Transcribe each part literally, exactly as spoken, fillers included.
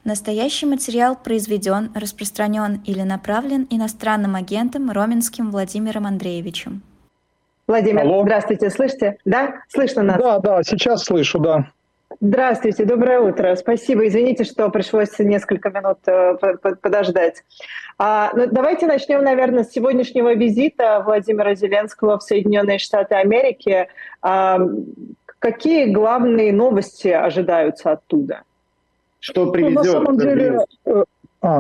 Настоящий материал произведен, распространен или направлен иностранным агентом Роменским Владимиром Андреевичем. Владимир, Алло. здравствуйте, слышите? Да, слышно нас? Да, да, сейчас слышу, да. Здравствуйте, доброе утро. Спасибо, извините, что пришлось несколько минут э, подождать. А, ну, давайте начнем, наверное, с сегодняшнего визита Владимира Зеленского в Соединенные Штаты Америки. А, какие главные новости ожидаются оттуда? Что приведет? Ну, на самом деле... Э, а.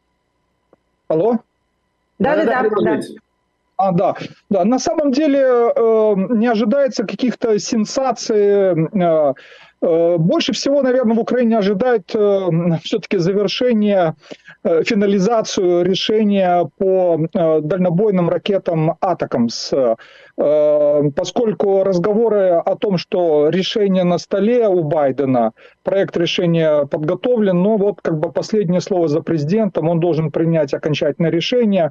Алло? Да-да-да. А, да, да. На самом деле э, не ожидается каких-то сенсаций. Э, э, больше всего, наверное, в Украине ожидают э, все-таки завершение, э, финализацию решения по э, дальнобойным ракетам «Атакамс». Э, поскольку разговоры о том, что решение на столе у Байдена, проект решения подготовлен, но вот как бы последнее слово за президентом, он должен принять окончательное решение.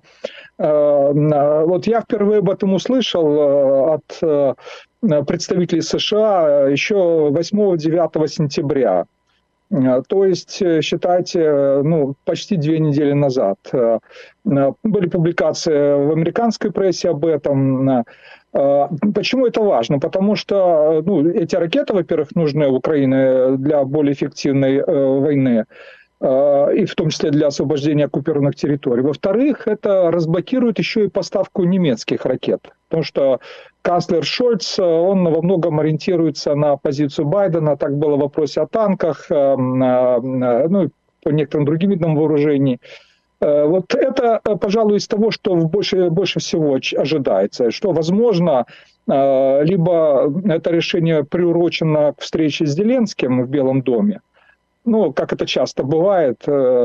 Вот я впервые об этом услышал от представителей США еще восьмого-девятого сентября. То есть, считайте, ну, почти две недели назад. Были публикации в американской прессе об этом. Почему это важно? Потому что ну, эти ракеты, во-первых, нужны Украине для более эффективной войны, и в том числе для освобождения оккупированных территорий. Во-вторых, это разблокирует еще и поставку немецких ракет, потому что канцлер Шольц, он во многом ориентируется на позицию Байдена, так было в вопросе о танках, ну и по некоторым другим видам вооружений. Вот это, пожалуй, из того, что больше, больше всего ожидается, что, возможно, либо это решение приурочено к встрече с Зеленским в Белом доме. Ну, как это часто бывает,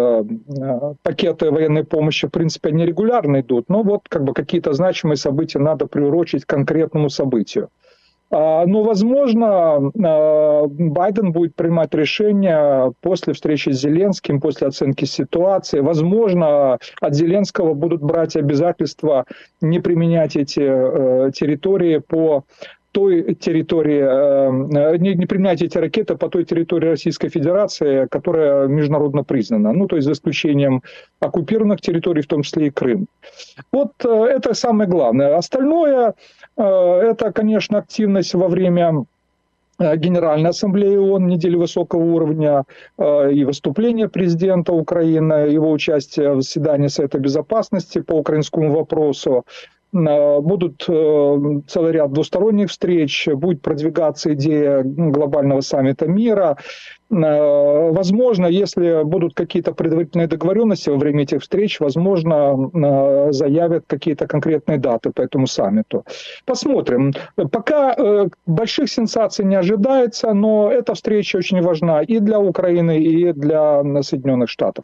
пакеты военной помощи, в принципе, они регулярно идут, но вот как бы какие-то значимые события надо приурочить к конкретному событию. Но, возможно, Байден будет принимать решение после встречи с Зеленским, после оценки ситуации. Возможно, от Зеленского будут брать обязательства не применять эти территории по той территории, не, не применять эти ракеты по той территории Российской Федерации, которая международно признана, ну, то есть за исключением оккупированных территорий, в том числе и Крым. Вот это самое главное. Остальное, это, конечно, активность во время Генеральной Ассамблеи ООН, недели высокого уровня, и выступление президента Украины, его участие в заседании Совета Безопасности по украинскому вопросу. Будут целый ряд двусторонних встреч, будет продвигаться идея глобального саммита мира. Возможно, если будут какие-то предварительные договоренности во время этих встреч, возможно, заявят какие-то конкретные даты по этому саммиту. Посмотрим. Пока больших сенсаций не ожидается, но эта встреча очень важна и для Украины, и для Соединенных Штатов.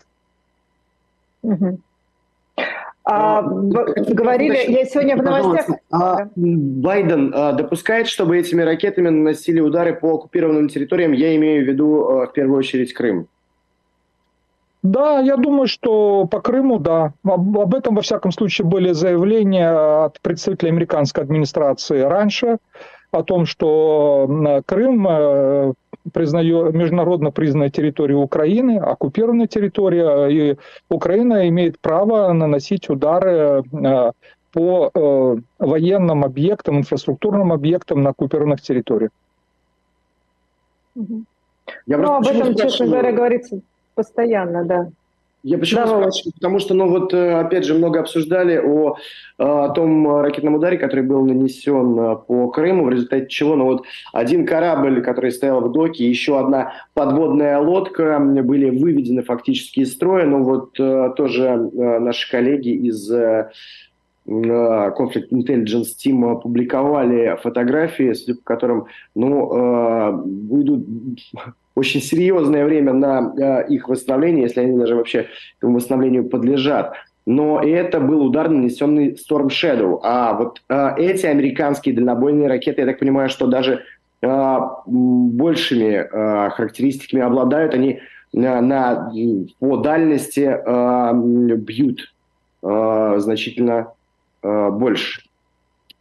Угу. А, говорили, я сегодня в новостях... А Байден а, допускает, чтобы этими ракетами наносили удары по оккупированным территориям, я имею в виду а, в первую очередь Крым? Да, я думаю, что по Крыму, да. Об, об этом, во всяком случае, были заявления от представителей американской администрации раньше, о том, что Крым признает, международно признанная территория Украины, оккупированная территория, и Украина имеет право наносить удары по военным объектам, инфраструктурным объектам на оккупированных территориях. Я ну, об этом, честно говоря, говорится постоянно, да. Я почему да, спрашиваю? Потому что, ну вот, опять же, много обсуждали о, о том ракетном ударе, который был нанесен по Крыму, в результате чего, ну вот, один корабль, который стоял в доке, еще одна подводная лодка были выведены фактически из строя. Ну вот, тоже наши коллеги из Conflict Intelligence Team опубликовали фотографии, судя по которым, ну, выйдут очень серьезное время на э, их восстановление, если они даже вообще этому восстановлению подлежат. Но это был удар, нанесенный Storm Shadow. А вот э, эти американские дальнобойные ракеты, я так понимаю, что даже э, большими э, характеристиками обладают. Они э, на, по дальности э, бьют э, значительно э, больше.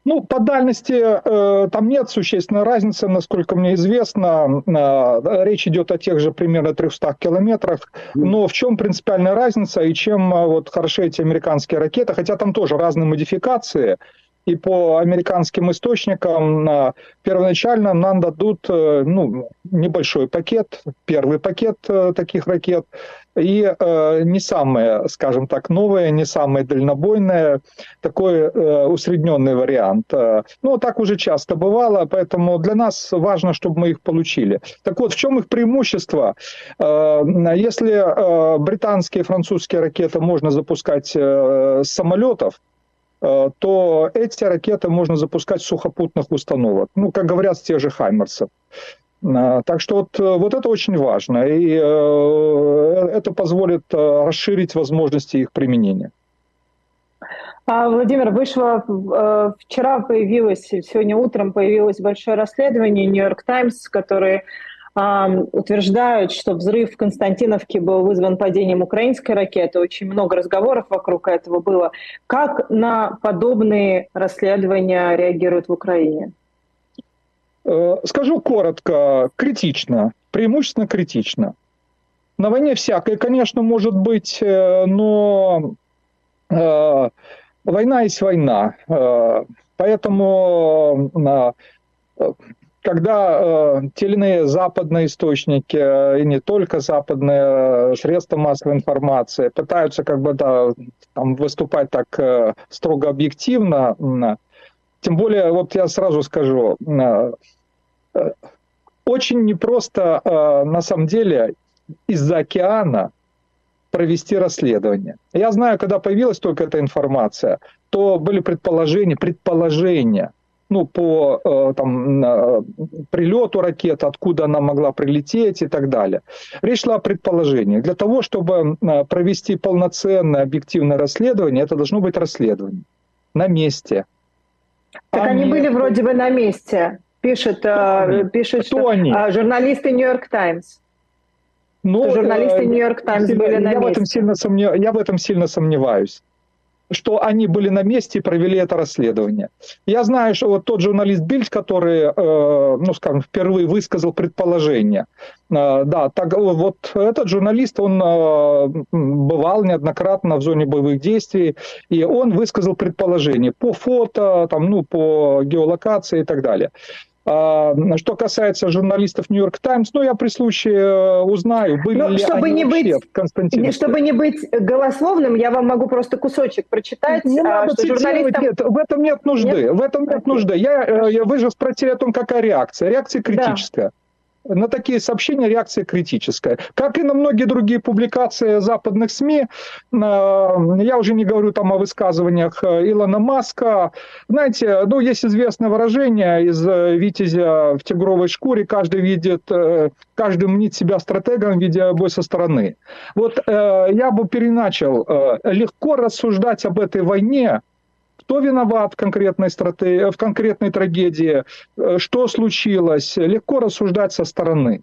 Ну, по дальности э, там нет существенной разницы, насколько мне известно. Э, речь идет о тех же примерно трехстах километрах. Но в чем принципиальная разница и чем э, вот хороши эти американские ракеты? Хотя там тоже разные модификации. И по американским источникам э, первоначально нам дадут э, ну, небольшой пакет, первый пакет э, таких ракет. И э, не самые, скажем так, новые, не самые дальнобойные, такой э, усредненный вариант. Ну, так уже часто бывало, поэтому для нас важно, чтобы мы их получили. Так вот, в чем их преимущество? Э, если э, британские и французские ракеты можно запускать э, с самолетов, э, то эти ракеты можно запускать с сухопутных установок. Ну, как говорят, с тех же «Хаймерсов». Так что вот, вот это очень важно, и это позволит расширить возможности их применения. Владимир, вышло, вчера появилось, сегодня утром появилось большое расследование «Нью-Йорк Таймс», которые утверждают, что взрыв в Константиновке был вызван падением украинской ракеты. Очень много разговоров вокруг этого было. Как на подобные расследования реагируют в Украине? Скажу коротко, критично, преимущественно критично. На войне всякое, конечно, может быть, но э, война есть война. Э, поэтому, э, когда э, те или иные западные источники, и не только западные средства массовой информации, пытаются как бы да, там, выступать так э, строго объективно, э, тем более, вот я сразу скажу, очень непросто, на самом деле, из-за океана провести расследование. Я знаю, когда появилась только эта информация, то были предположения, предположения, ну, по там, прилету ракеты, откуда она могла прилететь и так далее. Речь шла о предположениях. Для того, чтобы провести полноценное объективное расследование, это должно быть расследование на месте. Так а они нет... были вроде бы на месте, пишет, Кто пишет Кто что, они? журналисты «Нью-Йорк Таймс». Ну, журналисты «Нью-Йорк Таймс» были на я месте. В этом сильно сомнев... Я в этом сильно сомневаюсь, что они были на месте и провели это расследование. Я знаю, что вот тот журналист Бильд, который, э, ну, скажем, впервые высказал предположение, э, да, так, вот этот журналист, он э, бывал неоднократно в зоне боевых действий, и он высказал предположение по фото, там, ну, по геолокации и так далее. Что касается журналистов «Нью-Йорк Таймс», ну, я при случае узнаю, были Но ли чтобы они не вообще быть, в Константиновке. Чтобы не быть голословным, я вам могу просто кусочек прочитать. Не надо что цитировать, журналистам... нет, в этом нет нужды. Нет? В этом нет okay. нужды. Я, я, вы же спросили о том, какая реакция. Реакция критическая. Да. На такие сообщения реакция критическая. Как и на многие другие публикации западных СМИ, я уже не говорю там о высказываниях Илона Маска. Знаете, ну, есть известное выражение из «Витязя в тигровой шкуре», каждый видит, каждый мнит себя стратегом, видя бой со стороны. Вот я бы переначал. Легко рассуждать об этой войне, кто виноват в конкретной, стратегии, в конкретной трагедии, что случилось, легко рассуждать со стороны.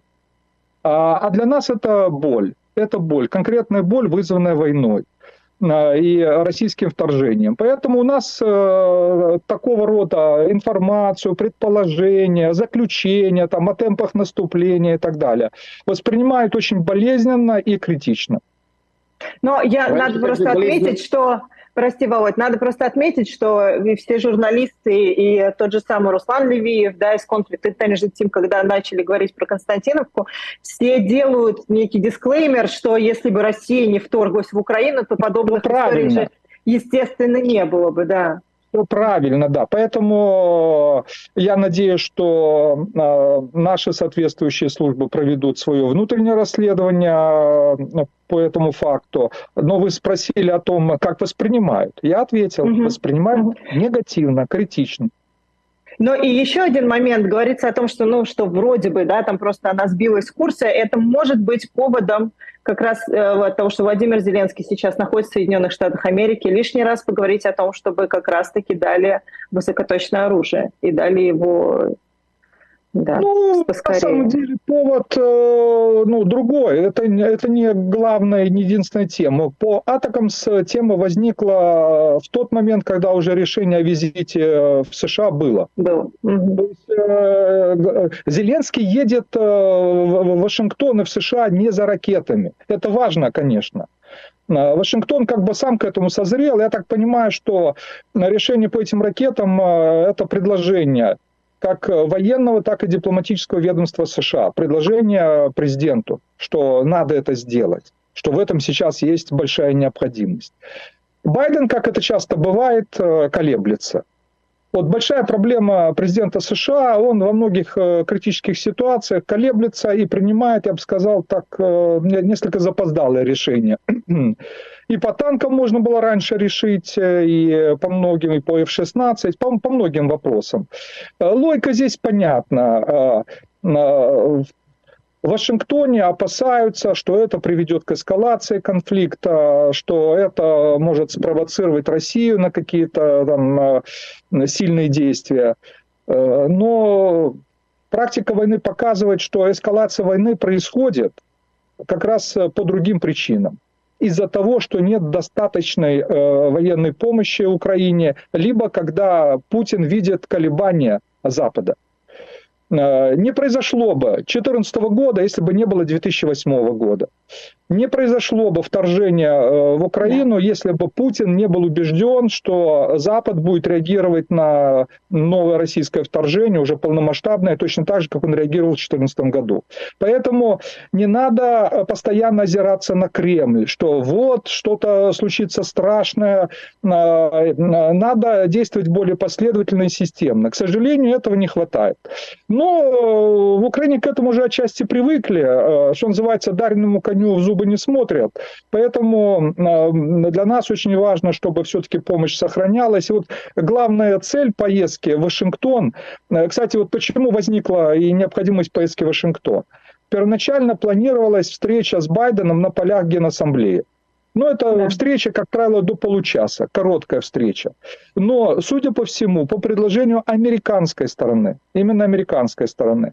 А для нас это боль. Это боль, конкретная боль, вызванная войной и российским вторжением. Поэтому у нас такого рода информацию, предположения, заключения там, о темпах наступления и так далее воспринимают очень болезненно и критично. Но я, надо просто отметить, что... Прости, Володь, надо просто отметить, что все журналисты и тот же самый Руслан Левиев, да, из Conflict Intelligence Team, когда начали говорить про Константиновку, все делают некий дисклеймер, что если бы Россия не вторглась в Украину, то подобных ну, историй же, естественно, не было бы, да. Ну, правильно, да. Поэтому я надеюсь, что э, наши соответствующие службы проведут свое внутреннее расследование э, по этому факту. Но вы спросили о том, как воспринимают. Я ответил, угу. воспринимают угу. негативно, критично. Но и еще один момент. Говорится о том, что, ну, что вроде бы, да, там просто она сбилась с курса. Это может быть поводом как раз э, того, что Владимир Зеленский сейчас находится в Соединенных Штатах Америки, лишний раз поговорить о том, чтобы как раз-таки дали высокоточное оружие и дали его Да, Ну, поскорее. на самом деле повод э, ну, другой. Это, это не главная, не единственная тема. По Атакамс тема возникла в тот момент, когда уже решение о визите в США было. Было. Угу. То есть, э, Зеленский едет э, в Вашингтон и в США не за ракетами. Это важно, конечно. Вашингтон как бы сам к этому созрел. Я так понимаю, что решение по этим ракетам э, это предложение как военного, так и дипломатического ведомства США. Предложение президенту, что надо это сделать, что в этом сейчас есть большая необходимость. Байден, как это часто бывает, колеблется. Вот большая проблема президента США, он во многих критических ситуациях колеблется и принимает, я бы сказал, так несколько запоздалое решение. И по танкам можно было раньше решить, и по многим, и по эф шестнадцать, по, по многим вопросам. Логика здесь понятна. В Вашингтоне опасаются, что это приведет к эскалации конфликта, что это может спровоцировать Россию на какие-то там сильные действия. Но практика войны показывает, что эскалация войны происходит как раз по другим причинам. Из-за того, что нет достаточной э, военной помощи Украине, либо когда Путин видит колебания Запада. Э, не произошло бы две тысячи четырнадцатого года, если бы не было две тысячи восьмого года. Не произошло бы вторжение э, в Украину, да. Если бы Путин не был убежден, что Запад будет реагировать на новое российское вторжение, уже полномасштабное, точно так же, как он реагировал в две тысячи четырнадцатом году. Поэтому не надо постоянно озираться на Кремль, что вот что-то случится страшное, э, надо действовать более последовательно и системно. К сожалению, этого не хватает. Но в Украине к этому уже отчасти привыкли, что называется, дареному коню в зубы не смотрят. Поэтому для нас очень важно, чтобы все-таки помощь сохранялась. И вот главная цель поездки в Вашингтон, кстати, вот почему возникла и необходимость поездки в Вашингтон. Первоначально планировалась встреча с Байденом на полях Генассамблеи. Но это да. встреча, как правило, до получаса, короткая встреча. Но, судя по всему, по предложению американской стороны, именно американской стороны,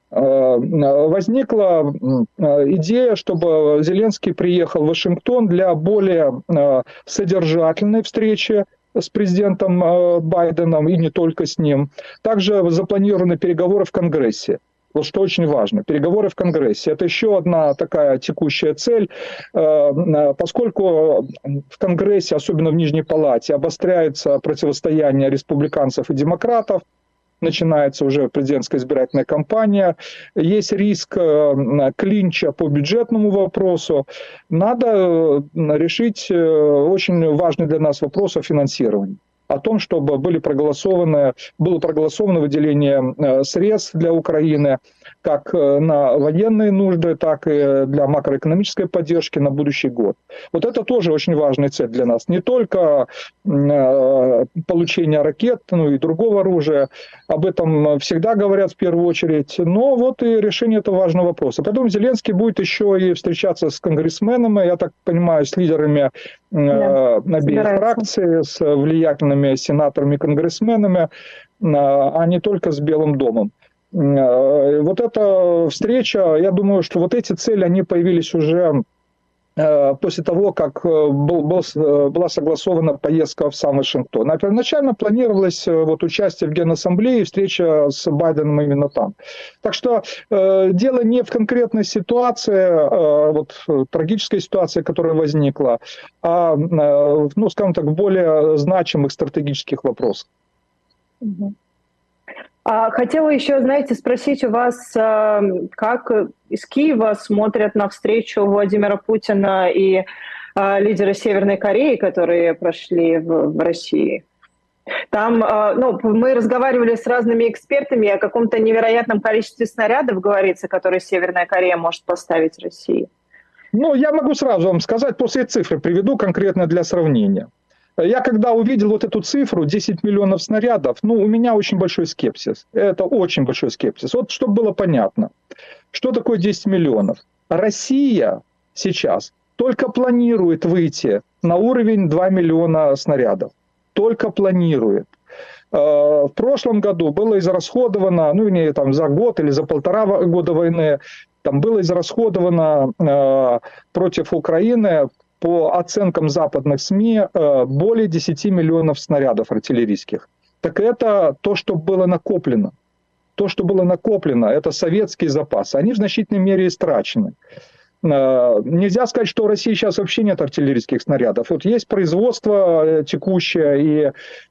возникла идея, чтобы Зеленский приехал в Вашингтон для более содержательной встречи с президентом Байденом и не только с ним. Также запланированы переговоры в Конгрессе. Вот что очень важно. Переговоры в Конгрессе. Это еще одна такая текущая цель, поскольку в Конгрессе, особенно в Нижней Палате, обостряется противостояние республиканцев и демократов. Начинается уже президентская избирательная кампания. Есть риск клинча по бюджетному вопросу. Надо решить очень важный для нас вопрос о финансировании. О том, чтобы были проголосованы, было проголосовано выделение средств для Украины как на военные нужды, так и для макроэкономической поддержки на будущий год. Вот это тоже очень важная цель для нас. Не только получение ракет, но и другого оружия. Об этом всегда говорят в первую очередь. Но вот и решение этого важного вопроса. Потом Зеленский будет еще и встречаться с конгрессменами, я так понимаю, с лидерами да, обеих фракций, с влиятельными сенаторами и конгрессменами, а не только с Белым домом. Вот эта встреча, я думаю, что вот эти цели, они появились уже после того, как был, был, была согласована поездка в сам Вашингтон. А первоначально планировалось вот участие в Генассамблее и встреча с Байденом именно там. Так что э, дело не в конкретной ситуации, э, вот трагической ситуации, которая возникла, а, э, ну, скажем так, в более значимых стратегических вопросах. Хотела еще, знаете, спросить у вас, как из Киева смотрят на встречу Владимира Путина и лидера Северной Кореи, которые прошли в, в России. Там, ну, мы разговаривали с разными экспертами о каком-то невероятном количестве снарядов, говорится, которые Северная Корея может поставить России. Ну, я могу сразу вам сказать, после цифры приведу конкретно для сравнения. Я когда увидел вот эту цифру, десять миллионов снарядов, ну, у меня очень большой скепсис. Это очень большой скепсис. Вот чтобы было понятно, что такое десять миллионов. Россия сейчас только планирует выйти на уровень два миллиона снарядов. Только планирует. В прошлом году было израсходовано, ну, не там за год или за полтора года войны, там было израсходовано э, против Украины, по оценкам западных СМИ, э, более десяти миллионов снарядов артиллерийских. Так это то, что было накоплено. То, что было накоплено, это советские запасы. Они в значительной мере истрачены. Э, нельзя сказать, что у России сейчас вообще нет артиллерийских снарядов. Вот есть производство текущее, и,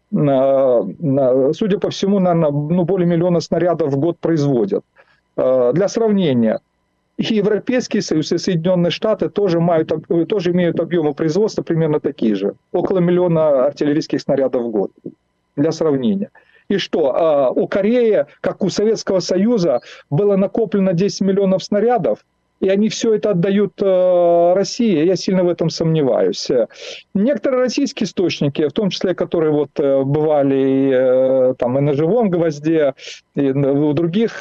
э, судя по всему, наверное, ну, более миллиона снарядов в год производят. Э, для сравнения, и Европейский Союз, и Соединенные Штаты тоже, имеют, тоже имеют объемы производства примерно такие же. Около миллиона артиллерийских снарядов в год. Для сравнения. И что, у Кореи, как у Советского Союза, было накоплено десять миллионов снарядов, и они все это отдают России, я сильно в этом сомневаюсь. Некоторые российские источники, в том числе, которые вот бывали и, там, и на «Живом гвозде», и у других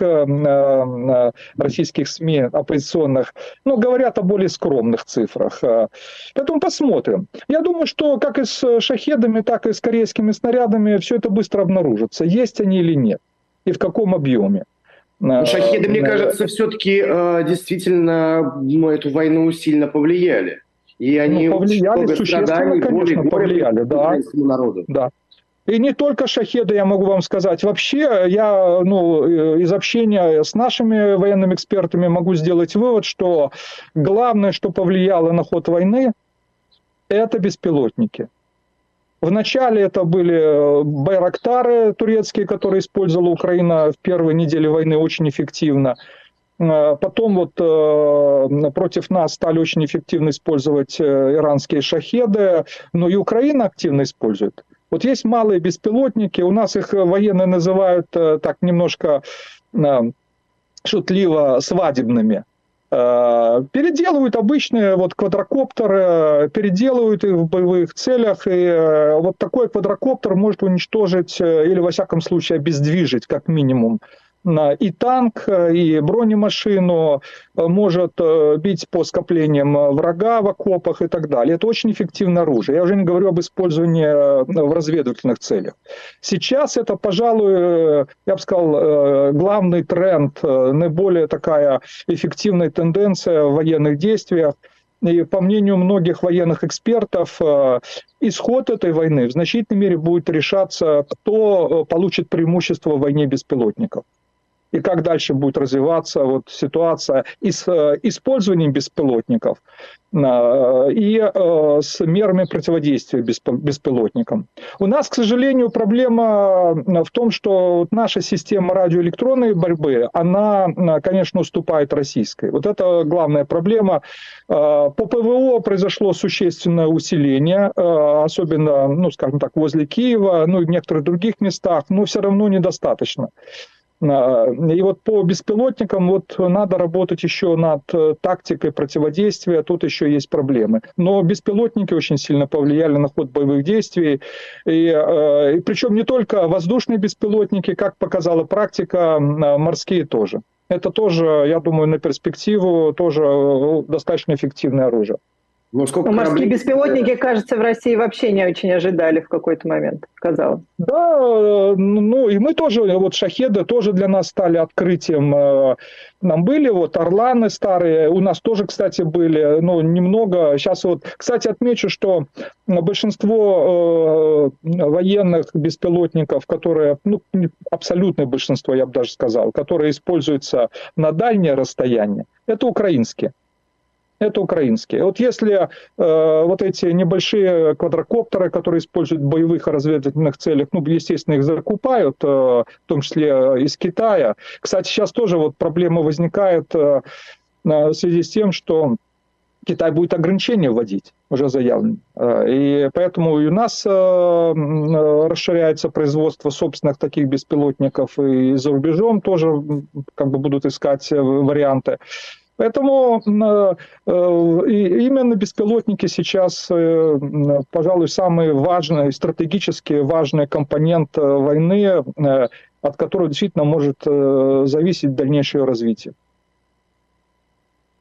российских СМИ оппозиционных, ну, говорят о более скромных цифрах. Поэтому посмотрим. Я думаю, что как и с шахедами, так и с корейскими снарядами все это быстро обнаружится, есть они или нет, и в каком объеме. Шахеды, мне кажется, все-таки э, действительно ну, эту войну сильно повлияли. И они ну, повлияли, существенно, конечно, горе, повлияли, да. Народу. Да. И не только шахеды, я могу вам сказать. Вообще, я ну, из общения с нашими военными экспертами могу сделать вывод, что главное, что повлияло на ход войны, это беспилотники. Вначале это были байрактары турецкие, которые использовала Украина в первой неделе войны очень эффективно. Потом вот э, против нас стали очень эффективно использовать иранские шахеды, но и Украина активно использует. Вот есть малые беспилотники, у нас их военные называют э, так немножко э, шутливо свадебными. Переделывают обычные вот квадрокоптеры, переделывают их в боевых целях, и вот такой квадрокоптер может уничтожить или, во всяком случае, обездвижить, как минимум, и танк, и бронемашину, может бить по скоплениям врага в окопах и так далее. Это очень эффективное оружие. Я уже не говорю об использовании в разведывательных целях. Сейчас это, пожалуй, я бы сказал, главный тренд, наиболее такая эффективная тенденция в военных действиях. И по мнению многих военных экспертов, исход этой войны в значительной мере будет решаться, кто получит преимущество в войне беспилотников. И как дальше будет развиваться вот ситуация и с использованием беспилотников, и с мерами противодействия беспилотникам. У нас, к сожалению, проблема в том, что наша система радиоэлектронной борьбы, она, конечно, уступает российской. Вот это главная проблема. По ПВО произошло существенное усиление, особенно, ну, скажем так, возле Киева, ну и в некоторых других местах, но все равно недостаточно. И вот по беспилотникам вот надо работать еще над тактикой противодействия, тут еще есть проблемы. Но беспилотники очень сильно повлияли на ход боевых действий, и, и причем не только воздушные беспилотники, как показала практика, морские тоже. Это тоже, я думаю, на перспективу тоже достаточно эффективное оружие. Но сколько Но морские кораблей... беспилотники, кажется, в России вообще не очень ожидали в какой-то момент, казалось. Да, ну и мы тоже, вот шахеды тоже для нас стали открытием. Нам были вот орланы старые, у нас тоже, кстати, были, но немного. Сейчас вот, кстати, отмечу, что большинство э, военных беспилотников, которые, ну, абсолютное большинство, я бы даже сказал, которые используются на дальнее расстояние, это украинские. Это украинские. Вот если э, вот эти небольшие квадрокоптеры, которые используют в боевых и разведывательных целях, ну, естественно, их закупают, э, в том числе из Китая. Кстати, сейчас тоже вот проблема возникает э, в связи с тем, что Китай будет ограничения вводить, уже заявлено. И поэтому и у нас э, расширяется производство собственных таких беспилотников, и за рубежом тоже как бы будут искать варианты. Поэтому э, э, именно беспилотники сейчас, э, пожалуй, самый важный, стратегически важный компонент войны, э, от которого действительно может э, зависеть дальнейшее развитие.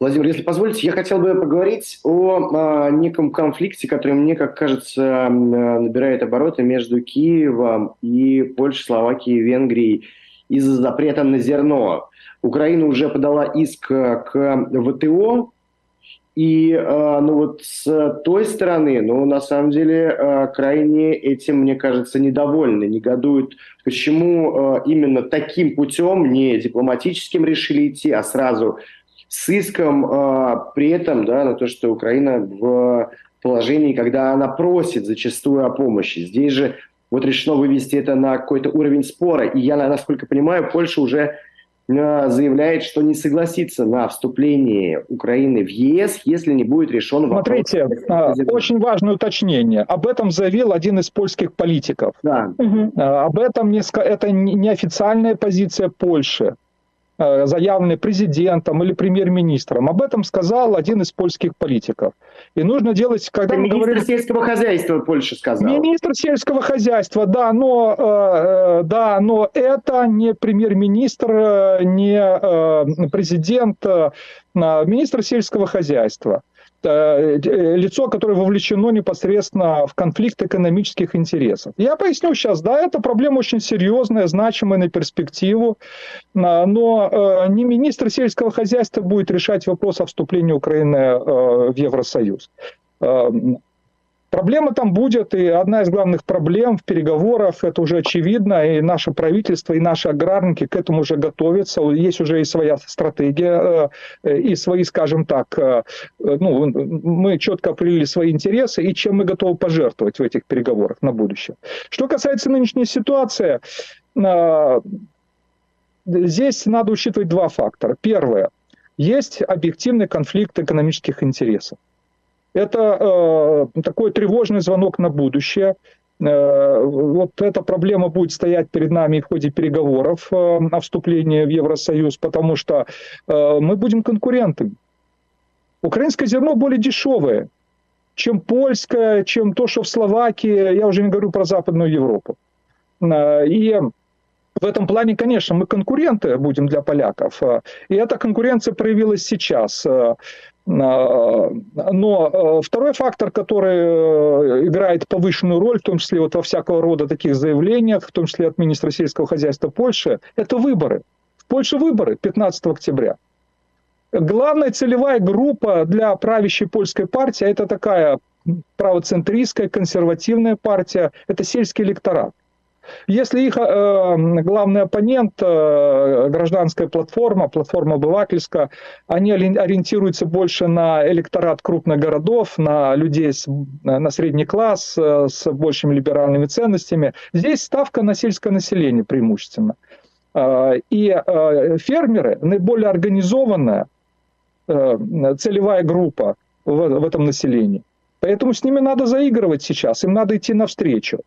Владимир, если позволите, я хотел бы поговорить о, о неком конфликте, который, мне как кажется, набирает обороты между Киевом и Польшей, Словакией, Венгрией из-за запрета на зерно. Украина уже подала иск к ВТО, и ну вот с той стороны, ну, на самом деле, крайне этим, мне кажется, недовольны, негодуют, почему именно таким путем, не дипломатическим решили идти, а сразу с иском, при этом, да, на то, что Украина в положении, когда она просит зачастую о помощи. Здесь же вот решено вывести это на какой-то уровень спора, и я, насколько понимаю, Польша уже заявляет, что не согласится на вступление Украины в ЕС, если не будет решен вопрос. Смотрите, очень важное уточнение. Об этом заявил один из польских политиков. Да. Угу. Об этом не, это не официальная позиция Польши, заявленный президентом или премьер-министром. Об этом сказал один из польских политиков. И нужно делать, когда это мы министр говорим... сельского хозяйства Польши сказал. Министр сельского хозяйства, да, но, э, да, но это не премьер-министр, не э, президент, э, министр сельского хозяйства. Лицо, которое вовлечено непосредственно в конфликт экономических интересов. Я поясню сейчас, да, эта проблема очень серьезная, значимая на перспективу, но не министр сельского хозяйства будет решать вопрос о вступлении Украины в Евросоюз. Проблема там будет, и одна из главных проблем в переговорах, это уже очевидно, и наше правительство, и наши аграрники к этому уже готовятся. Есть уже и своя стратегия, и свои, скажем так, ну, мы четко определили свои интересы, и чем мы готовы пожертвовать в этих переговорах на будущее. Что касается нынешней ситуации, здесь надо учитывать два фактора. Первое. Есть объективный конфликт экономических интересов. Это э, такой тревожный звонок на будущее. Э, вот эта проблема будет стоять перед нами в ходе переговоров э, о вступлении в Евросоюз, потому что э, мы будем конкурентами. Украинское зерно более дешевое, чем польское, чем то, что в Словакии. Я уже не говорю про Западную Европу. Э, и в этом плане, конечно, мы конкуренты будем для поляков. И эта конкуренция проявилась сейчас. Но второй фактор, который играет повышенную роль, в том числе вот во всякого рода таких заявлениях, в том числе от министра сельского хозяйства Польши, это выборы. В Польше выборы пятнадцатого октября. Главная целевая группа для правящей польской партии – это такая правоцентристская, консервативная партия, это сельский электорат. Если их э, главный оппонент, э, гражданская платформа, платформа обывательская, они ориентируются больше на электорат крупных городов, на людей, с, на средний класс, э, с большими либеральными ценностями. Здесь ставка на сельское население преимущественно. Э, и э, фермеры, наиболее организованная э, целевая группа в, в этом населении. Поэтому с ними надо заигрывать сейчас, им надо идти навстречу.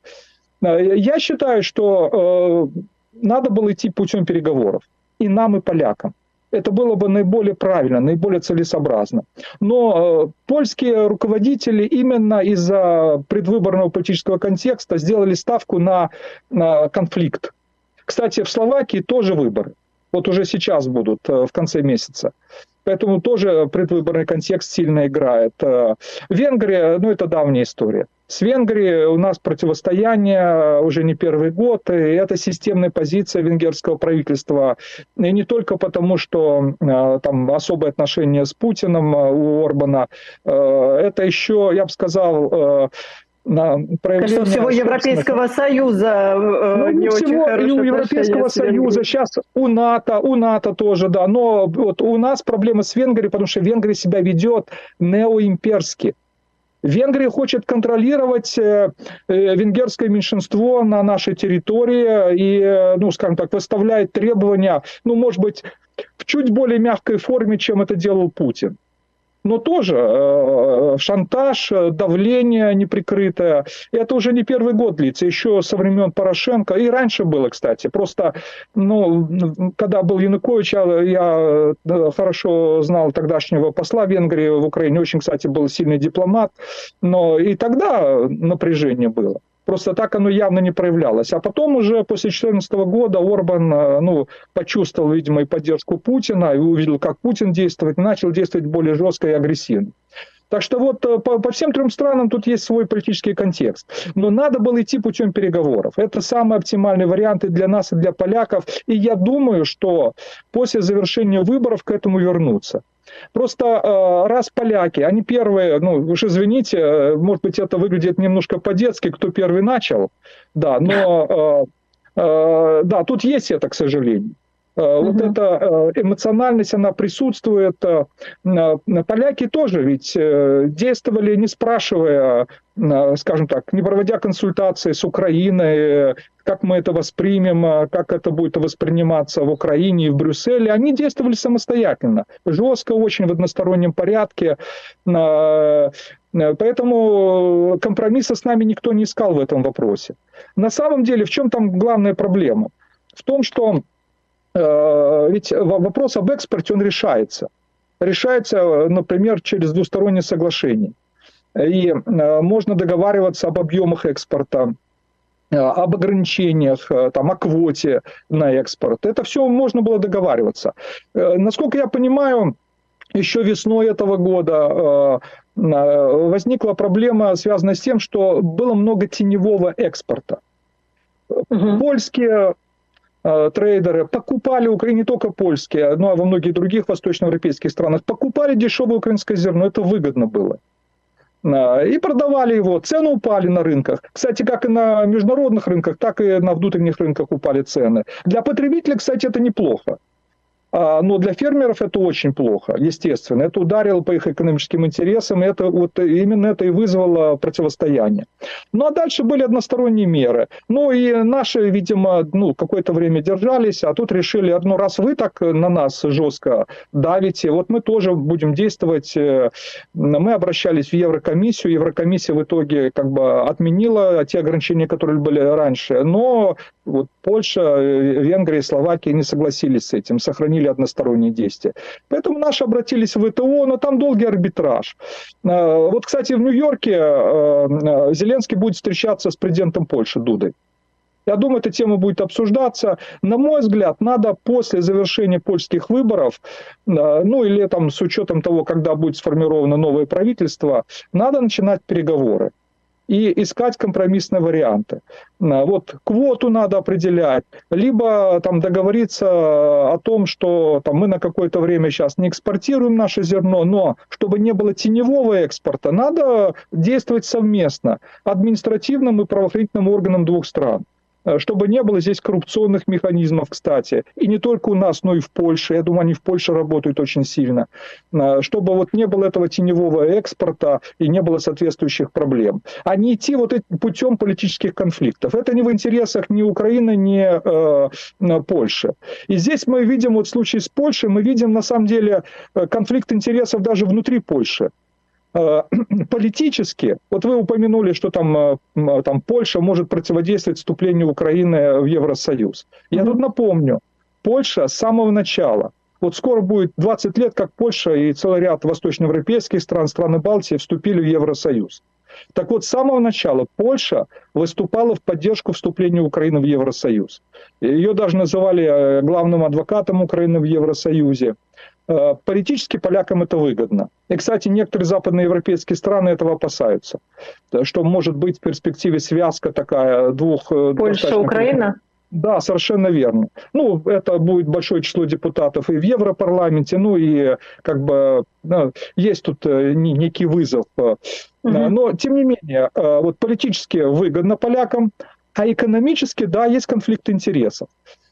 Я считаю, что э, надо было идти путем переговоров. И нам, и полякам. Это было бы наиболее правильно, наиболее целесообразно. Но э, польские руководители именно из-за предвыборного политического контекста сделали ставку на, на конфликт. Кстати, в Словакии тоже выборы. Вот уже сейчас будут, э, в конце месяца. Поэтому тоже предвыборный контекст сильно играет. Венгрия, ну это давняя история. С Венгрией у нас противостояние уже не первый год, и это системная позиция венгерского правительства. И не только потому, что э, там особые отношения с Путиным э, у Орбана, э, это еще, я бы сказал, э, на проявление... всего Европейского Союза ну, не очень хорошие. И у Европейского Союза, сейчас у НАТО, у НАТО тоже, да. Но вот у нас проблема с Венгрией, потому что Венгрия себя ведет неоимперски. Венгрия хочет контролировать э, венгерское меньшинство на нашей территории и, ну, скажем так, выставляет требования, ну, может быть, в чуть более мягкой форме, чем это делал Путин. Но тоже э, шантаж, давление неприкрытое. Это уже не первый год длится, еще со времен Порошенко. И раньше было, кстати. Просто, ну, когда был Янукович, я, я хорошо знал тогдашнего посла Венгрии в Украине. Очень, кстати, был сильный дипломат. Но и тогда напряжение было. Просто так оно явно не проявлялось. А потом уже после две тысячи четырнадцатого года Орбан ну, почувствовал, видимо, и поддержку Путина, и увидел, как Путин действует, и начал действовать более жестко и агрессивно. Так что вот по, по всем трем странам тут есть свой политический контекст. Но надо было идти путем переговоров. Это самый оптимальный вариант и для нас, и для поляков. И я думаю, что после завершения выборов к этому вернутся. Просто раз поляки, они первые, ну уж извините, может быть это выглядит немножко по-детски, кто первый начал, да, но да, тут есть это, к сожалению. Вот угу. эта эмоциональность, она присутствует. Поляки тоже ведь действовали, не спрашивая, скажем так, не проводя консультации с Украиной, как мы это воспримем, как это будет восприниматься в Украине и в Брюсселе. Они действовали самостоятельно, жестко, очень в одностороннем порядке. Поэтому компромисса с нами никто не искал в этом вопросе. На самом деле, в чем там главная проблема? В том, что ведь вопрос об экспорте, он решается. Решается, например, через двустороннее соглашение. И можно договариваться об объемах экспорта, об ограничениях, там, о квоте на экспорт. Это все можно было договариваться. Насколько я понимаю, еще весной этого года возникла проблема, связанная с тем, что было много теневого экспорта. Угу. Польские трейдеры покупали, не только польские, но и во многих других восточноевропейских странах, покупали дешевое украинское зерно, это выгодно было. И продавали его, цены упали на рынках. Кстати, как и на международных рынках, так и на внутренних рынках упали цены. Для потребителя, кстати, это неплохо. Но для фермеров это очень плохо, естественно. Это ударило по их экономическим интересам, и это, вот именно это и вызвало противостояние. Ну а дальше были односторонние меры. Ну и наши, видимо, ну, какое-то время держались, а тут решили, ну раз вы так на нас жестко давите, вот мы тоже будем действовать. Мы обращались в Еврокомиссию, Еврокомиссия в итоге как бы отменила те ограничения, которые были раньше, но вот Польша, Венгрия и Словакия не согласились с этим, сохранили односторонние действия. Поэтому наши обратились в ВТО, но там долгий арбитраж. Вот, кстати, в Нью-Йорке Зеленский будет встречаться с президентом Польши Дудой. Я думаю, эта тема будет обсуждаться. На мой взгляд, надо после завершения польских выборов, ну или там с учетом того, когда будет сформировано новое правительство, надо начинать переговоры и искать компромиссные варианты. Вот квоту надо определять, либо там договориться о том, что там, мы на какое-то время сейчас не экспортируем наше зерно, но чтобы не было теневого экспорта, надо действовать совместно административным и правоохранительным органам двух стран. Чтобы не было здесь коррупционных механизмов, кстати. И не только у нас, но и в Польше. Я думаю, они в Польше работают очень сильно. Чтобы вот не было этого теневого экспорта и не было соответствующих проблем. А не идти вот этим путем политических конфликтов. Это не в интересах ни Украины, ни э, Польши. И здесь мы видим, вот в случае с Польшей, мы видим на самом деле конфликт интересов даже внутри Польши. Политически, вот вы упомянули, что там, там Польша может противодействовать вступлению Украины в Евросоюз. Я mm-hmm. тут напомню, Польша с самого начала, вот скоро будет двадцать лет, как Польша и целый ряд восточноевропейских стран, страны Балтии вступили в Евросоюз. Так вот, с самого начала Польша выступала в поддержку вступления Украины в Евросоюз. Ее даже называли главным адвокатом Украины в Евросоюзе. Политически полякам это выгодно. И, кстати, некоторые западноевропейские страны этого опасаются. Что может быть в перспективе связка такая двух... Польша-Украина? Да, совершенно верно. Ну, это будет большое число депутатов и в Европарламенте, ну и как бы ну, есть тут некий вызов. Угу. Но, тем не менее, вот политически выгодно полякам, а экономически, да, есть конфликт интересов.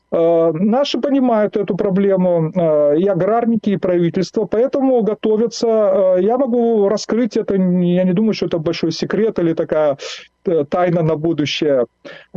Наши понимают эту проблему, и аграрники, и правительство, поэтому готовятся. Я могу раскрыть это, я не думаю, что это большой секрет или такая тайна на будущее.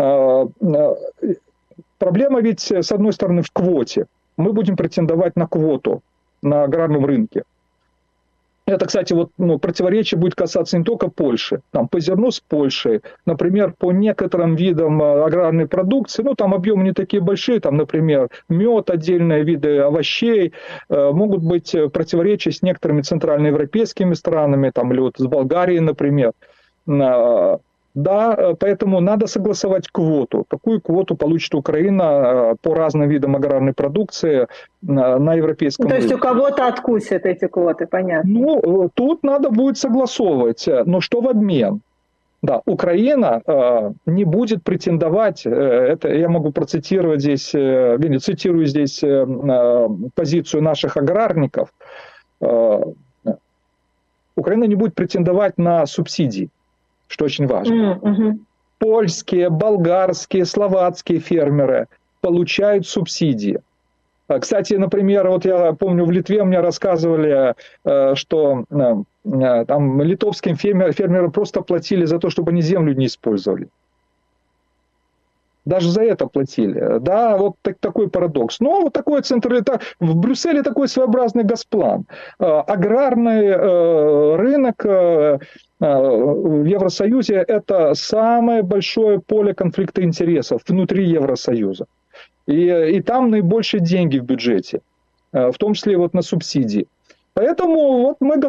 Проблема ведь, с одной стороны, в квоте. Мы будем претендовать на квоту на аграрном рынке. Это, кстати, вот, ну, противоречие будет касаться не только Польши. Там, по зерну с Польшей, например, по некоторым видам аграрной продукции, ну, там объемы не такие большие, там, например, мед, отдельные виды овощей, э, могут быть противоречия с некоторыми центральноевропейскими странами, там, или вот с Болгарией, например. Да, поэтому надо согласовать квоту. Какую квоту получит Украина по разным видам аграрной продукции на европейском рынке? То есть рынке. у кого-то откусят эти квоты, понятно. Ну, тут надо будет согласовывать. Но что в обмен? Да, Украина э, не будет претендовать, э, это я могу процитировать здесь, э, цитирую здесь э, позицию наших аграрников, э, Украина не будет претендовать на субсидии, что очень важно. Mm-hmm. Польские, болгарские, словацкие фермеры получают субсидии. Кстати, например, вот я помню, в Литве мне рассказывали, что там литовским фермерам просто платили за то, чтобы они землю не использовали. Даже за это платили. Да, вот так, такой парадокс. Но вот такой центр, в Брюсселе такой своеобразный госплан. Аграрный рынок в Евросоюзе – это самое большое поле конфликта интересов внутри Евросоюза. И, и там наибольшие деньги в бюджете, в том числе вот на субсидии. Поэтому вот мы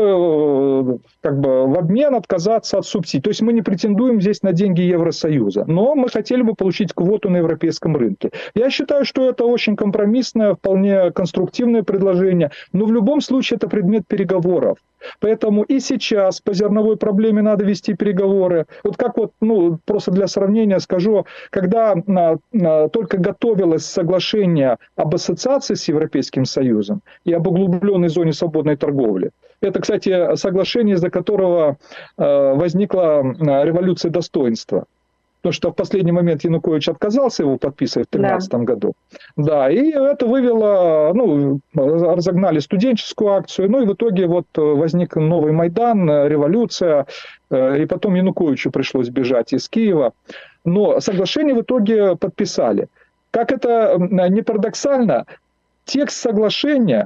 готовы как бы в обмен отказаться от субсидий. То есть мы не претендуем здесь на деньги Евросоюза, но мы хотели бы получить квоту на европейском рынке. Я считаю, что это очень компромиссное, вполне конструктивное предложение, но в любом случае это предмет переговоров. Поэтому и сейчас по зерновой проблеме надо вести переговоры. Вот как вот, ну, просто для сравнения скажу, когда а, а, только готовилось соглашение об ассоциации с Европейским Союзом и об углубленной зоне свободной торговли. Это, кстати, соглашение, из-за которого а, возникла революция достоинства. Потому что в последний момент Янукович отказался его подписывать в две тысячи тринадцатом да. году. Да, и это вывело, ну, разогнали студенческую акцию, ну и в итоге вот возник новый Майдан, революция, и потом Януковичу пришлось бежать из Киева. Но соглашение в итоге подписали. Как это не парадоксально, текст соглашения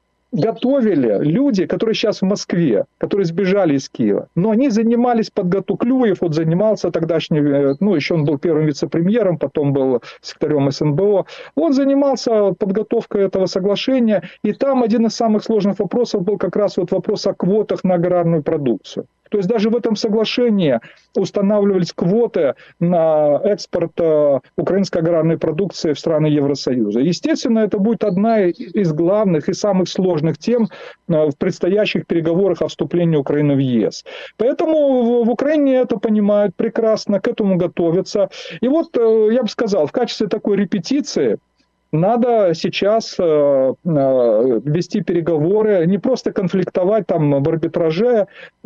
готовили люди, которые сейчас в Москве, которые сбежали из Киева. Но они занимались подготовкой. Клюев вот занимался тогдашний, ну, еще он был первым вице-премьером, потом был секретарем СНБО. Он занимался подготовкой этого соглашения, и там один из самых сложных вопросов был как раз вот вопрос о квотах на аграрную продукцию. То есть даже в этом соглашении устанавливались квоты на экспорт украинской аграрной продукции в страны Евросоюза. Естественно, это будет одна из главных и самых сложных тем в предстоящих переговорах о вступлении Украины в ЕС. Поэтому в Украине это понимают прекрасно, к этому готовятся. И вот, я бы сказал, в качестве такой репетиции надо сейчас э, э, вести переговоры, не просто конфликтовать там в арбитраже, э,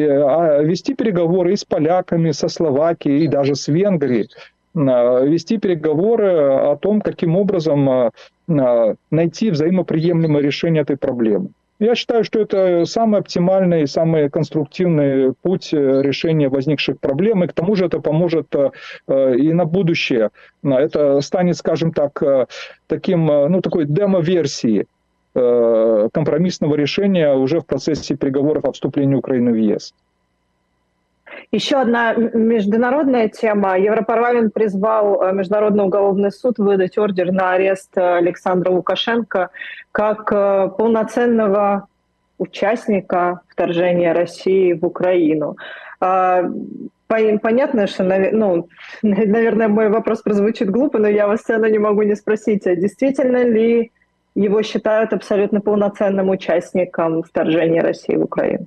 а вести переговоры и с поляками, со Словакией, и даже с Венгрией. Э, вести переговоры о том, каким образом э, найти взаимоприемлемое решение этой проблемы. Я считаю, что это самый оптимальный и самый конструктивный путь решения возникших проблем, и к тому же это поможет и на будущее. Это станет, скажем так, таким, ну, такой демо-версией компромиссного решения уже в процессе переговоров о вступлении Украины в ЕС. Еще одна международная тема. Европарламент призвал Международный уголовный суд выдать ордер на арест Александра Лукашенко как полноценного участника вторжения России в Украину. Понятно, что, ну, наверное, мой вопрос прозвучит глупо, но я вас все равно не могу не спросить, а действительно ли его считают абсолютно полноценным участником вторжения России в Украину?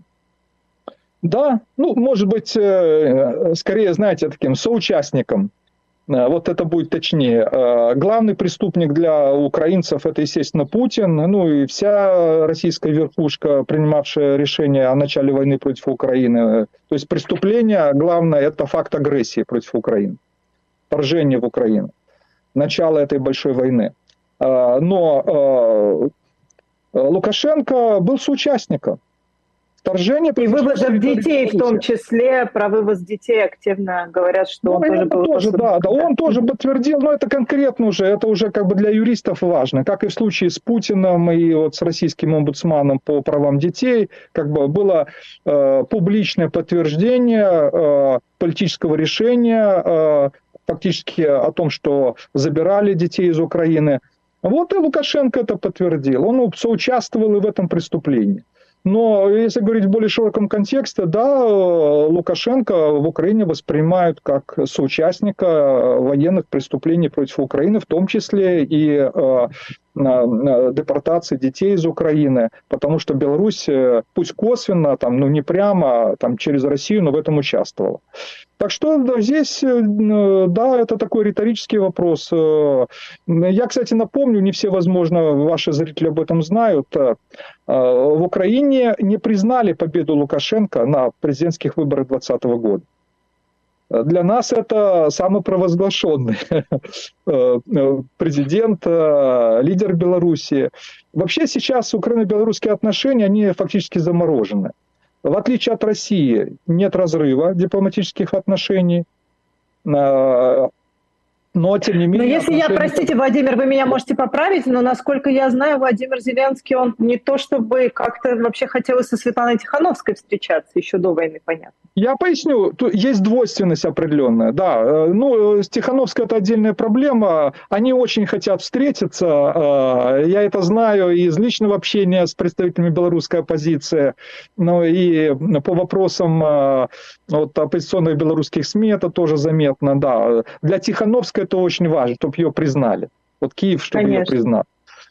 Да, ну, может быть, скорее, знаете, таким соучастником. Вот это будет точнее. Главный преступник для украинцев – это, естественно, Путин, ну и вся российская верхушка, принимавшая решение о начале войны против Украины. То есть преступление, главное, это факт агрессии против Украины, вторжение в Украину, начало этой большой войны. Но Лукашенко был соучастником. Вторжение, и вывозом детей, в том числе, про вывоз детей активно говорят, что ну, он тоже был... Тоже, да, да, он тоже подтвердил, но это конкретно уже, это уже как бы для юристов важно, как и в случае с Путиным и вот с российским омбудсманом по правам детей, как бы было э, публичное подтверждение э, политического решения, э, фактически о том, что забирали детей из Украины. Вот и Лукашенко это подтвердил, он соучаствовал и в этом преступлении. Но если говорить в более широком контексте, да, Лукашенко в Украине воспринимают как соучастника военных преступлений против Украины, в том числе и э, депортации детей из Украины, потому что Беларусь, пусть косвенно, там, ну не прямо, там, через Россию, но в этом участвовала. Так что да, здесь, да, это такой риторический вопрос. Я, кстати, напомню, не все, возможно, ваши зрители об этом знают, в Украине не признали победу Лукашенко на президентских выборах двадцатого года. Для нас это самопровозглашенный президент, лидер Беларуси. Вообще сейчас украино-белорусские отношения, они фактически заморожены. В отличие от России, нет разрыва дипломатических отношений, но тем не менее... Но если я, простите, Владимир, вы меня можете поправить, но насколько я знаю, Владимир Зеленский, он не то чтобы как-то вообще хотел со Светланой Тихановской встречаться еще до войны, понятно. Я поясню, тут есть двойственность определенная, да. Ну, с Тихановской это отдельная проблема. Они очень хотят встретиться. Я это знаю и из личного общения с представителями белорусской оппозиции, ну и по вопросам вот, оппозиционных белорусских СМИ это тоже заметно, да. Для Тихановской это очень важно, чтобы ее признали. Вот Киев, чтобы Конечно. ее признал.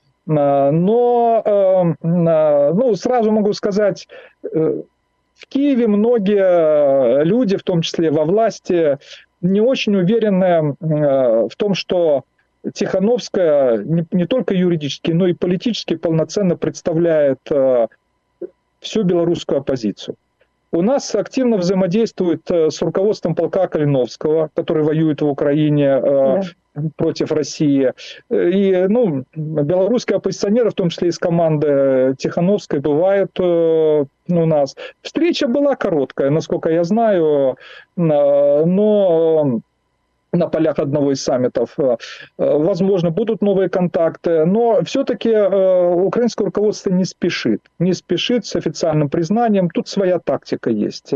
Но, ну, сразу могу сказать... В Киеве многие люди, в том числе во власти, не очень уверены в том, что Тихановская не, не только юридически, но и политически полноценно представляет всю белорусскую оппозицию. У нас активно взаимодействует с руководством полка Калиновского, который воюет в Украине да. против России. И ну, белорусские оппозиционеры, в том числе из команды Тихановской, бывают ну, у нас. Встреча была короткая, насколько я знаю, но... на полях одного из саммитов. Возможно, будут новые контакты, но все-таки украинское руководство не спешит. Не спешит с официальным признанием. Тут своя тактика есть.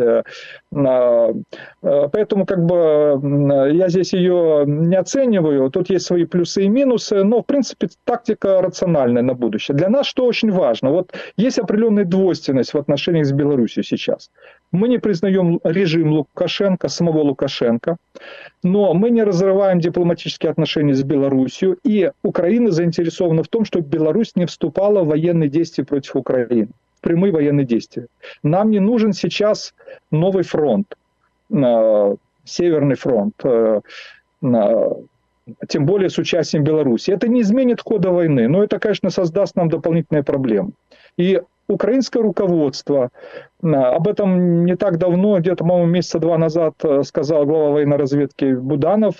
Поэтому как бы я здесь ее не оцениваю. Тут есть свои плюсы и минусы, но в принципе тактика рациональная на будущее. Для нас что очень важно? Вот есть определенная двойственность в отношениях с Беларусью сейчас. Мы не признаем режим Лукашенко, самого Лукашенко, но мы не разрываем дипломатические отношения с Беларусью, и Украина заинтересована в том, чтобы Беларусь не вступала в военные действия против Украины, в прямые военные действия. Нам не нужен сейчас новый фронт, Северный фронт, тем более с участием Беларуси. Это не изменит хода войны, но это, конечно, создаст нам дополнительные проблемы. И украинское руководство, об этом не так давно, где-то, по-моему, месяца два назад сказал глава военной разведки Буданов,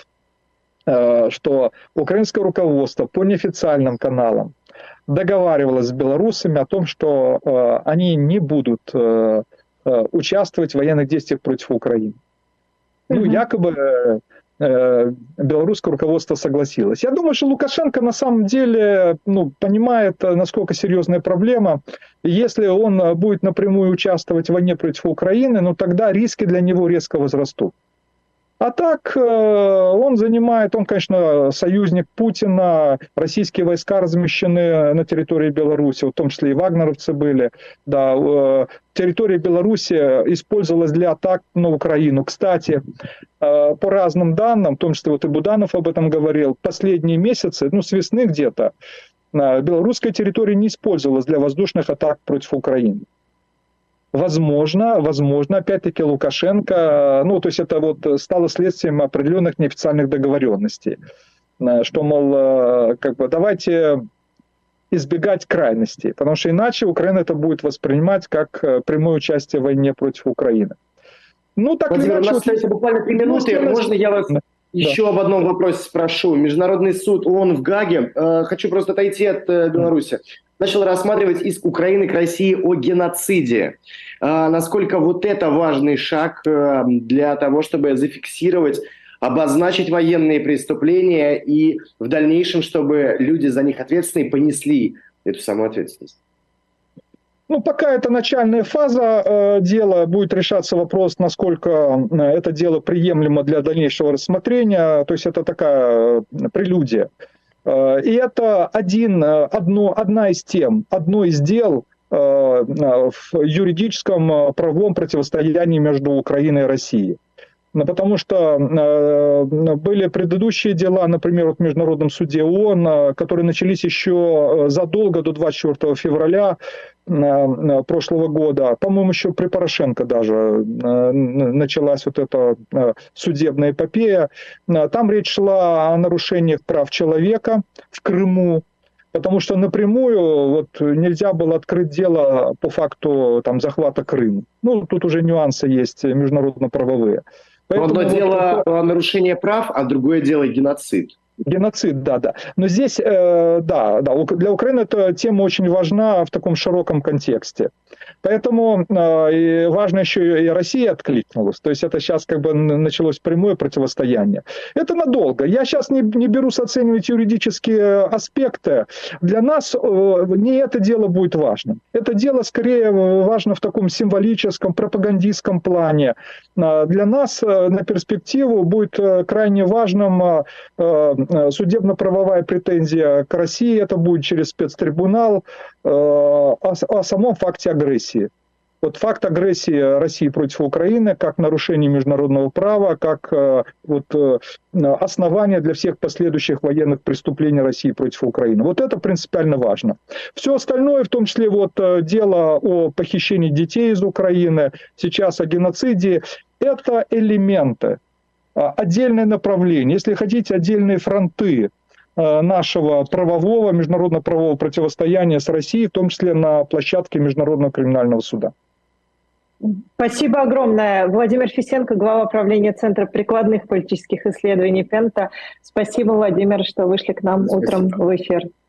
что украинское руководство по неофициальным каналам договаривалось с белорусами о том, что они не будут участвовать в военных действиях против Украины. Ну, якобы белорусское руководство согласилось. Я думаю, что Лукашенко на самом деле ну, понимает, насколько серьезная проблема. Если он будет напрямую участвовать в войне против Украины, ну тогда риски для него резко возрастут. А так он занимает, он, конечно, союзник Путина, российские войска размещены на территории Беларуси, в том числе и вагнеровцы были. Да, территория Беларуси использовалась для атак на Украину. Кстати, по разным данным, в том числе вот и Буданов об этом говорил, последние месяцы, ну с весны где-то, белорусская территория не использовалась для воздушных атак против Украины. Возможно, возможно, опять-таки Лукашенко, ну, то есть это вот стало следствием определенных неофициальных договоренностей, что, мол, как бы давайте избегать крайностей, потому что иначе Украина это будет воспринимать как прямое участие в войне против Украины. Ну, так Владимир, иначе, у нас остается буквально три минуты, можно я вас да. еще да. об одном вопросе спрошу? Международный суд ООН в Гааге, э, хочу просто отойти от э, Беларуси, начал рассматривать иск Украины к России о геноциде. А, насколько вот это важный шаг а, для того, чтобы зафиксировать, обозначить военные преступления и в дальнейшем, чтобы люди за них ответственные понесли эту самую ответственность? Ну, пока это начальная фаза э, дела, будет решаться вопрос, насколько э, это дело приемлемо для дальнейшего рассмотрения, то есть это такая э, прелюдия. И это один, одно, одна из тем, одно из дел, в юридическом правовом противостоянии между Украиной и Россией. Потому что были предыдущие дела, например, в Международном суде ООН, которые начались еще задолго до двадцать четвёртого февраля прошлого года. По-моему, еще при Порошенко даже началась вот эта судебная эпопея. Там речь шла о нарушениях прав человека в Крыму. Потому что напрямую вот, нельзя было открыть дело по факту там, захвата Крыма. Ну, тут уже нюансы есть международно-правовые. Поэтому одно вот дело это... нарушение прав, а другое дело геноцид. Геноцид, да, да. Но здесь, э, да, да, для Украины эта тема очень важна в таком широком контексте. Поэтому э, и важно еще и Россия откликнулась. То есть это сейчас как бы началось прямое противостояние. Это надолго. Я сейчас не, не берусь оценивать юридические аспекты. Для нас э, не это дело будет важным. Это дело скорее важно в таком символическом, пропагандистском плане. Э, для нас э, на перспективу будет э, крайне важным э, судебно-правовая претензия к России, это будет через спецтрибунал, э, о, о самом факте агрессии. Вот факт агрессии России против Украины как нарушение международного права, как э, вот, э, основание для всех последующих военных преступлений России против Украины. Вот это принципиально важно. Все остальное, в том числе вот, дело о похищении детей из Украины, сейчас о геноциде, это элементы. Отдельное направление, если хотите, отдельные фронты нашего правового, международно-правового противостояния с Россией, в том числе на площадке Международного криминального суда. Спасибо огромное. Владимир Фисенко, глава правления Центра прикладных политических исследований Пента. Спасибо, Владимир, что вышли к нам Спасибо. Утром в эфир.